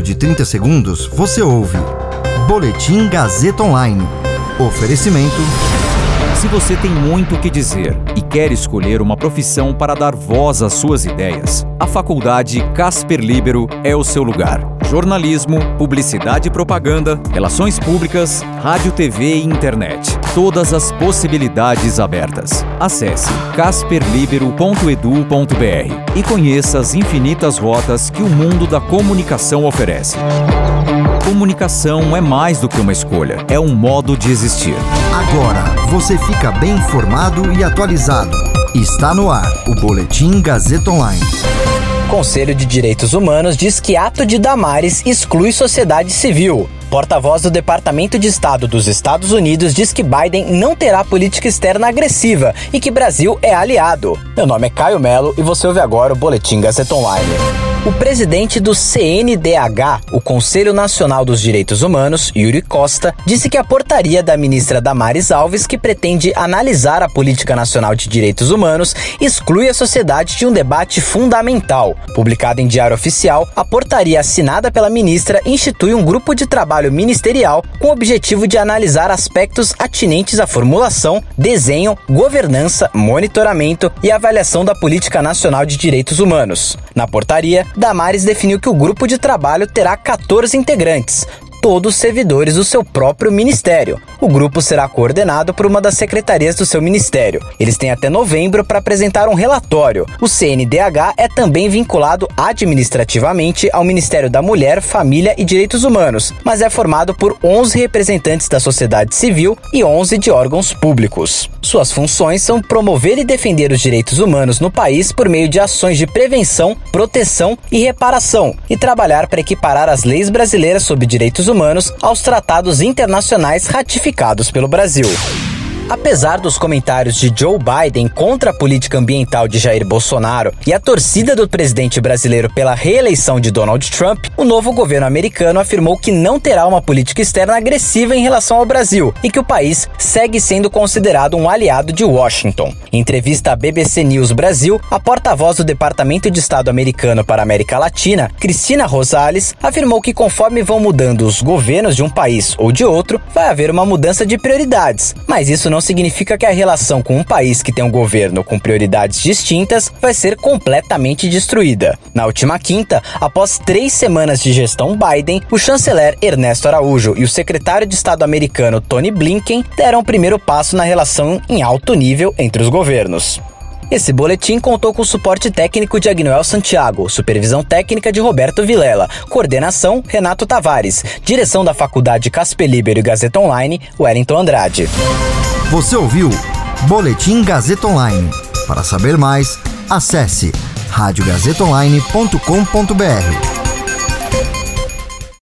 de 30 segundos, você ouve Boletim Gazeta Online. Oferecimento. Se você tem muito o que dizer e quer escolher uma profissão para dar voz às suas ideias, a Faculdade Casper Líbero é o seu lugar. Jornalismo, publicidade e propaganda, relações públicas, rádio, TV e internet. Todas as possibilidades abertas. Acesse casperlibero.edu.br e conheça as infinitas rotas que o mundo da comunicação oferece. Comunicação é mais do que uma escolha, é um modo de existir. Agora você fica bem informado e atualizado. Está no ar o Boletim Gazeta Online. Conselho de Direitos Humanos diz que ato de Damares exclui sociedade civil. Porta-voz do Departamento de Estado dos Estados Unidos diz que Biden não terá política externa agressiva e que Brasil é aliado. Meu nome é Caio Melo e você ouve agora o Boletim Gazeta Online. O presidente do CNDH, o Conselho Nacional dos Direitos Humanos, Yuri Costa, disse que a portaria da ministra Damares Alves, que pretende analisar a Política Nacional de Direitos Humanos, exclui a sociedade de um debate fundamental. Publicada em Diário Oficial, a portaria assinada pela ministra institui um grupo de trabalho ministerial com o objetivo de analisar aspectos atinentes à formulação, desenho, governança, monitoramento e avaliação da Política Nacional de Direitos Humanos. Na portaria, Damares definiu que o grupo de trabalho terá 14 integrantes, todos servidores do seu próprio ministério. O grupo será coordenado por uma das secretarias do seu ministério. Eles têm até novembro para apresentar um relatório. O CNDH é também vinculado administrativamente ao Ministério da Mulher, Família e Direitos Humanos, mas é formado por 11 representantes da sociedade civil e 11 de órgãos públicos. Suas funções são promover e defender os direitos humanos no país por meio de ações de prevenção, proteção e reparação, e trabalhar para equiparar as leis brasileiras sobre direitos humanos aos tratados internacionais ratificados pelo Brasil. Apesar dos comentários de Joe Biden contra a política ambiental de Jair Bolsonaro e a torcida do presidente brasileiro pela reeleição de Donald Trump, o novo governo americano afirmou que não terá uma política externa agressiva em relação ao Brasil e que o país segue sendo considerado um aliado de Washington. Em entrevista à BBC News Brasil, a porta-voz do Departamento de Estado americano para a América Latina, Cristina Rosales, afirmou que conforme vão mudando os governos de um país ou de outro, vai haver uma mudança de prioridades, mas isso não significa que a relação com um país que tem um governo com prioridades distintas vai ser completamente destruída. Na última quinta, após 3 semanas de gestão Biden, o chanceler Ernesto Araújo e o secretário de Estado americano Tony Blinken deram o primeiro passo na relação em alto nível entre os governos. Esse boletim contou com o suporte técnico de Agnoel Santiago, supervisão técnica de Roberto Vilela, coordenação Renato Tavares, direção da Faculdade Casper Líbero e Gazeta Online, Wellington Andrade. Você ouviu Boletim Gazeta Online. Para saber mais, acesse radiogazetaonline.com.br.